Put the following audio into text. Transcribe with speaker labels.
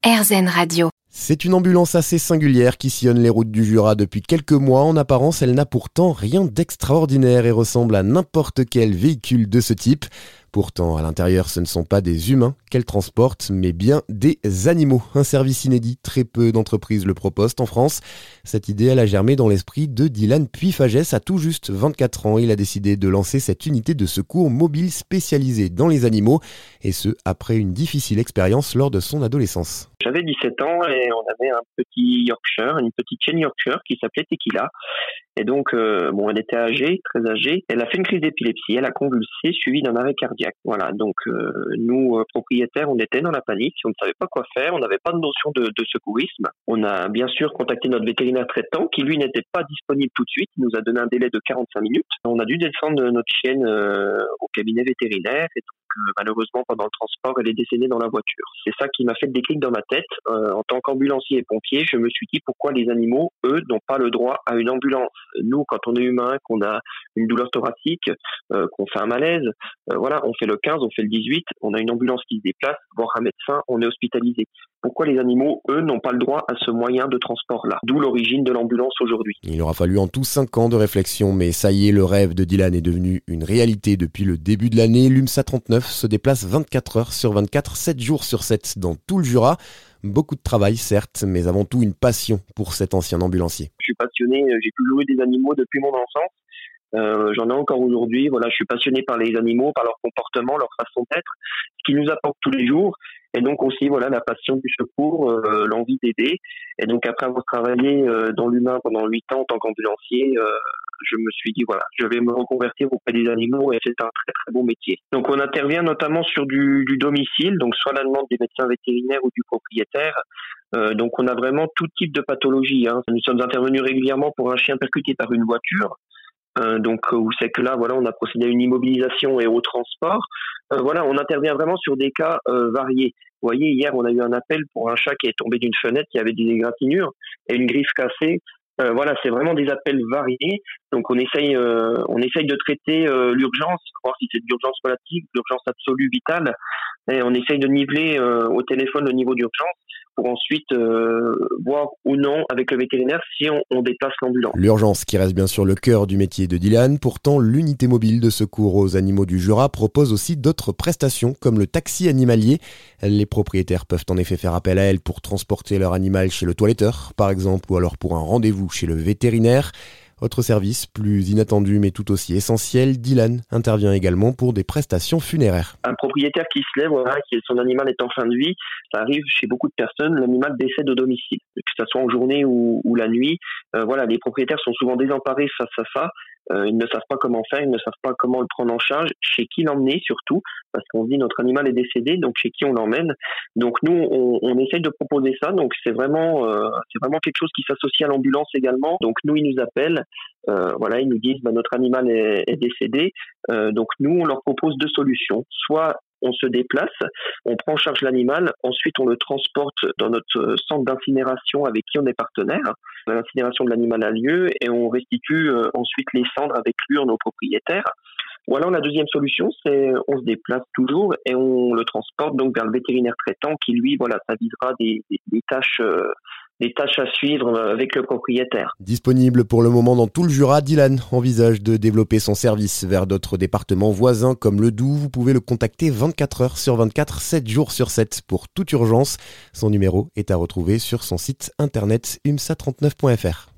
Speaker 1: RZN Radio.
Speaker 2: C'est une ambulance assez singulière qui sillonne les routes du Jura depuis quelques mois. En apparence, elle n'a pourtant rien d'extraordinaire et ressemble à n'importe quel véhicule de ce type. Pourtant, à l'intérieur, ce ne sont pas des humains qu'elle transporte, mais bien des animaux. Un service inédit, très peu d'entreprises le proposent en France. Cette idée, elle a germé dans l'esprit de Dylan Puyfagès. À tout juste 24 ans, il a décidé de lancer cette unité de secours mobile spécialisée dans les animaux, et ce, après une difficile expérience lors de son adolescence.
Speaker 3: J'avais 17 ans et on avait un petit Yorkshire, une petite chienne Yorkshire qui s'appelait Tequila. Et donc, elle était âgée, très âgée. Elle a fait une crise d'épilepsie, elle a convulsé, suivi d'un arrêt cardiaque. Voilà, donc nous, propriétaires, on était dans la panique, on ne savait pas quoi faire, on n'avait pas de notion de secourisme. On a bien sûr contacté notre vétérinaire traitant qui, lui, n'était pas disponible tout de suite. Il nous a donné un délai de 45 minutes. On a dû descendre notre chienne au cabinet vétérinaire et donc, malheureusement, pendant le transport, elle est décédée dans la voiture. C'est ça qui m'a fait le déclic dans ma tête. En tant qu'ambulancier et pompier, je me suis dit pourquoi les animaux, eux, n'ont pas le droit à une ambulance. Nous, quand on est humain, qu'on a une douleur thoracique, qu'on fait un malaise, on fait le 15, on fait le 18, on a une ambulance qui se déplace, voir un médecin, on est hospitalisé. Pourquoi les animaux, eux, n'ont pas le droit à ce moyen de transport-là? D'où l'origine de l'ambulance aujourd'hui.
Speaker 2: Il aura fallu en tout 5 ans de réflexion, mais ça y est, le rêve de Dylan est devenu une réalité depuis le début de l'année. L'UMSA 39 se déplace 24 heures sur 24, 7 jours sur 7 dans tout le Jura. Beaucoup de travail, certes, mais avant tout une passion pour cet ancien ambulancier.
Speaker 3: Je suis passionné, j'ai toujours eu des animaux depuis mon enfance. J'en ai encore aujourd'hui. Voilà, je suis passionné par les animaux, par leur comportement, leur façon d'être, ce qu'ils nous apportent tous les jours. Et donc aussi, la passion du secours, l'envie d'aider. Et donc après avoir travaillé dans l'humain pendant 8 ans en tant qu'ambulancier, je me suis dit, je vais me reconvertir auprès des animaux et c'est un très très beau métier. Donc on intervient notamment sur du domicile, donc soit la demande des médecins vétérinaires ou du propriétaire. Donc on a vraiment tout type de pathologie. Nous sommes intervenus régulièrement pour un chien percuté par une voiture. Où c'est que là, on a procédé à une immobilisation et au transport. On intervient vraiment sur des cas variés. Vous voyez, hier, on a eu un appel pour un chat qui est tombé d'une fenêtre, qui avait des égratignures et une griffe cassée. C'est vraiment des appels variés. Donc, on essaye de traiter l'urgence, voir si c'est de l'urgence relative, l'urgence absolue, vitale. Et on essaye de niveler au téléphone le niveau d'urgence pour ensuite voir ou non avec le vétérinaire si on déplace l'ambulance.
Speaker 2: L'urgence qui reste bien sûr le cœur du métier de Dylan. Pourtant, l'unité mobile de secours aux animaux du Jura propose aussi d'autres prestations comme le taxi animalier. Les propriétaires peuvent en effet faire appel à elle pour transporter leur animal chez le toiletteur, par exemple, ou alors pour un rendez-vous chez le vétérinaire. Autre service, plus inattendu mais tout aussi essentiel, Dylan intervient également pour des prestations funéraires.
Speaker 3: Un propriétaire qui se lève, son animal est en fin de vie, ça arrive chez beaucoup de personnes, l'animal décède au domicile, que ce soit en journée ou la nuit. Les propriétaires sont souvent désemparés face à ça. Ils ne savent pas comment faire, ils ne savent pas comment le prendre en charge, chez qui l'emmener surtout, parce qu'on se dit notre animal est décédé, donc chez qui on l'emmène. Donc nous, on essaye de proposer ça, donc c'est vraiment quelque chose qui s'associe à l'ambulance également. Donc nous, ils nous appellent, ils nous disent notre animal est décédé. Donc nous, on leur propose 2 solutions. Soit on se déplace, on prend en charge l'animal, ensuite on le transporte dans notre centre d'incinération avec qui on est partenaire. L'incinération de l'animal a lieu et on restitue ensuite les cendres avec l'urne aux propriétaires. La deuxième solution, c'est on se déplace toujours et on le transporte donc vers le vétérinaire traitant qui lui, ça visera des tâches à suivre avec le propriétaire.
Speaker 2: Disponible pour le moment dans tout le Jura, Dylan envisage de développer son service vers d'autres départements voisins comme le Doubs. Vous pouvez le contacter 24 heures sur 24, 7 jours sur 7 pour toute urgence. Son numéro est à retrouver sur son site internet umsa39.fr.